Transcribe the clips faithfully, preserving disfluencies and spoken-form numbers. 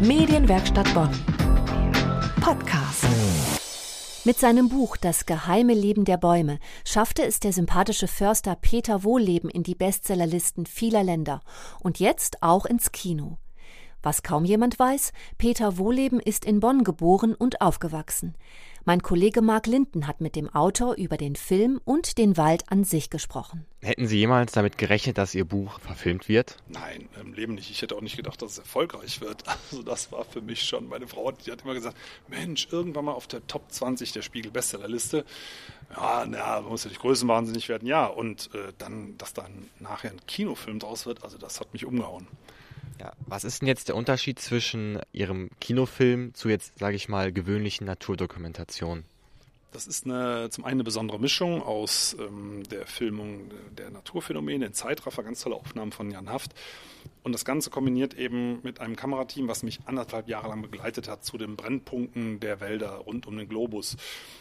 Medienwerkstatt Bonn. Podcast. Mit seinem Buch »Das geheime Leben der Bäume« schaffte es der sympathische Förster Peter Wohlleben in die Bestsellerlisten vieler Länder und jetzt auch ins Kino. Was kaum jemand weiß, Peter Wohlleben ist in Bonn geboren und aufgewachsen. Mein Kollege Marc Linden hat mit dem Autor über den Film und den Wald an sich gesprochen. Hätten Sie jemals damit gerechnet, dass Ihr Buch verfilmt wird? Nein, im Leben nicht. Ich hätte auch nicht gedacht, dass es erfolgreich wird. Also das war für mich schon, meine Frau, die hat immer gesagt, Mensch, irgendwann mal auf der Top zwanzig der Spiegel-Bestsellerliste. Ja, na, man muss ja nicht größenwahnsinnig werden. Ja, und äh, dann, dass dann nachher ein Kinofilm draus wird, also das hat mich umgehauen. Ja, was ist denn jetzt der Unterschied zwischen Ihrem Kinofilm zu jetzt, sage ich mal, gewöhnlichen Naturdokumentationen? Das ist eine, zum einen eine besondere Mischung aus ähm, der Filmung der Naturphänomene in Zeitraffer, ganz tolle Aufnahmen von Jan Haft. Und das Ganze kombiniert eben mit einem Kamerateam, was mich anderthalb Jahre lang begleitet hat zu den Brennpunkten der Wälder rund um den Globus.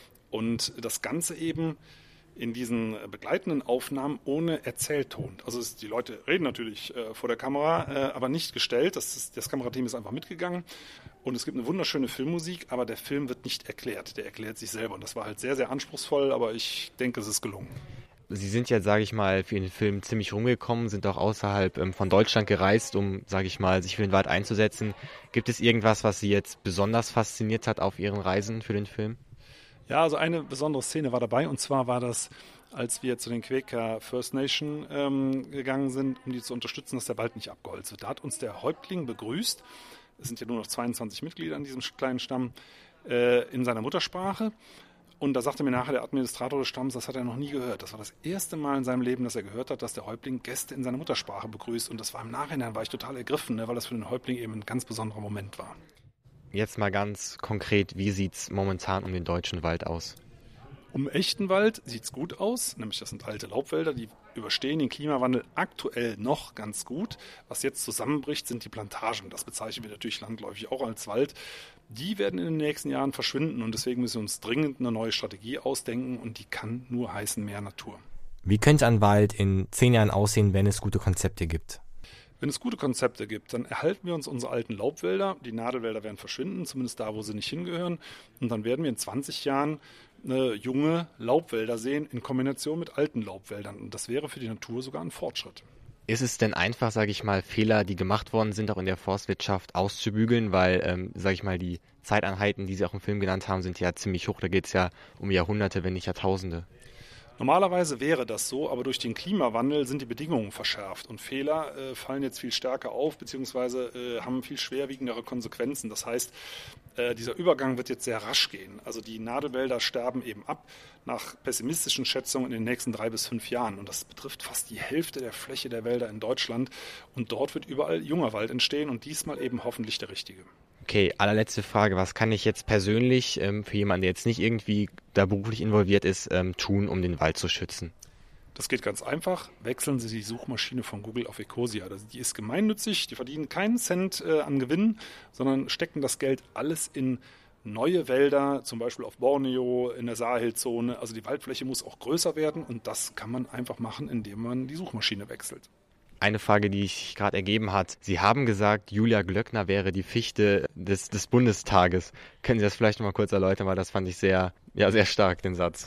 Und das Ganze eben in diesen begleitenden Aufnahmen ohne Erzählton. Also es, die Leute reden natürlich äh, vor der Kamera, äh, aber nicht gestellt. Das, ist, das Kamerateam ist einfach mitgegangen. Und es gibt eine wunderschöne Filmmusik, aber der Film wird nicht erklärt. Der erklärt sich selber. Und das war halt sehr, sehr anspruchsvoll, aber ich denke, es ist gelungen. Sie sind ja, sage ich mal, für den Film ziemlich rumgekommen, sind auch außerhalb ähm, von Deutschland gereist, um, sage ich mal, sich für den Wald einzusetzen. Gibt es irgendwas, was Sie jetzt besonders fasziniert hat auf Ihren Reisen für den Film? Ja, also eine besondere Szene war dabei, und zwar war das, als wir zu den Quäker First Nation ähm, gegangen sind, um die zu unterstützen, dass der Wald nicht abgeholzt wird. Da hat uns der Häuptling begrüßt, es sind ja nur noch zweiundzwanzig Mitglieder in diesem kleinen Stamm, äh, in seiner Muttersprache. Und da sagte mir nachher der Administrator des Stamms, das hat er noch nie gehört. Das war das erste Mal in seinem Leben, dass er gehört hat, dass der Häuptling Gäste in seiner Muttersprache begrüßt. Und das war im Nachhinein, war ich total ergriffen, ne, weil das für den Häuptling eben ein ganz besonderer Moment war. Jetzt mal ganz konkret, wie sieht es momentan um den deutschen Wald aus? Um echten Wald sieht es gut aus, nämlich das sind alte Laubwälder, die überstehen den Klimawandel aktuell noch ganz gut. Was jetzt zusammenbricht, sind die Plantagen. Das bezeichnen wir natürlich landläufig auch als Wald. Die werden in den nächsten Jahren verschwinden und deswegen müssen wir uns dringend eine neue Strategie ausdenken und die kann nur heißen mehr Natur. Wie könnte ein Wald in zehn Jahren aussehen, wenn es gute Konzepte gibt? Wenn es gute Konzepte gibt, dann erhalten wir uns unsere alten Laubwälder. Die Nadelwälder werden verschwinden, zumindest da, wo sie nicht hingehören. Und dann werden wir in zwanzig Jahren äh, junge Laubwälder sehen in Kombination mit alten Laubwäldern. Und das wäre für die Natur sogar ein Fortschritt. Ist es denn einfach, sage ich mal, Fehler, die gemacht worden sind, auch in der Forstwirtschaft auszubügeln? Weil, ähm, sage ich mal, die Zeiteinheiten, die Sie auch im Film genannt haben, sind ja ziemlich hoch. Da geht es ja um Jahrhunderte, wenn nicht Jahrtausende. Normalerweise wäre das so, aber durch den Klimawandel sind die Bedingungen verschärft und Fehler äh, fallen jetzt viel stärker auf, beziehungsweise äh, haben viel schwerwiegendere Konsequenzen. Das heißt, äh, dieser Übergang wird jetzt sehr rasch gehen. Also die Nadelwälder sterben eben ab nach pessimistischen Schätzungen in den nächsten drei bis fünf Jahren. Und das betrifft fast die Hälfte der Fläche der Wälder in Deutschland. Und dort wird überall junger Wald entstehen und diesmal eben hoffentlich der richtige. Okay, allerletzte Frage. Was kann ich jetzt persönlich ähm, für jemanden, der jetzt nicht irgendwie da beruflich involviert ist, ähm, tun, um den Wald zu schützen? Das geht ganz einfach. Wechseln Sie die Suchmaschine von Google auf Ecosia. Die ist gemeinnützig, die verdienen keinen Cent äh, an Gewinn, sondern stecken das Geld alles in neue Wälder, zum Beispiel auf Borneo, in der Sahelzone. Also die Waldfläche muss auch größer werden und das kann man einfach machen, indem man die Suchmaschine wechselt. Eine Frage, die sich gerade ergeben hat. Sie haben gesagt, Julia Glöckner wäre die Fichte des, des Bundestages. Können Sie das vielleicht noch mal kurz erläutern, weil das fand ich sehr, ja, sehr stark, den Satz.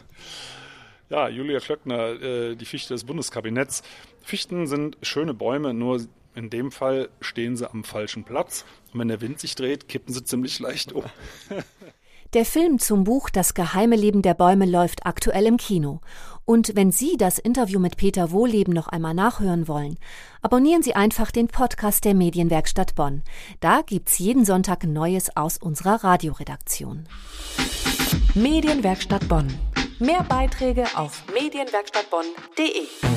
Ja, Julia Glöckner, äh, die Fichte des Bundeskabinetts. Fichten sind schöne Bäume, nur in dem Fall stehen sie am falschen Platz. Und wenn der Wind sich dreht, kippen sie ziemlich leicht um. Der Film zum Buch »Das geheime Leben der Bäume« läuft aktuell im Kino. Und wenn Sie das Interview mit Peter Wohlleben noch einmal nachhören wollen, abonnieren Sie einfach den Podcast der Medienwerkstatt Bonn. Da gibt's jeden Sonntag Neues aus unserer Radioredaktion. Medienwerkstatt Bonn. Mehr Beiträge auf medienwerkstattbonn punkt de.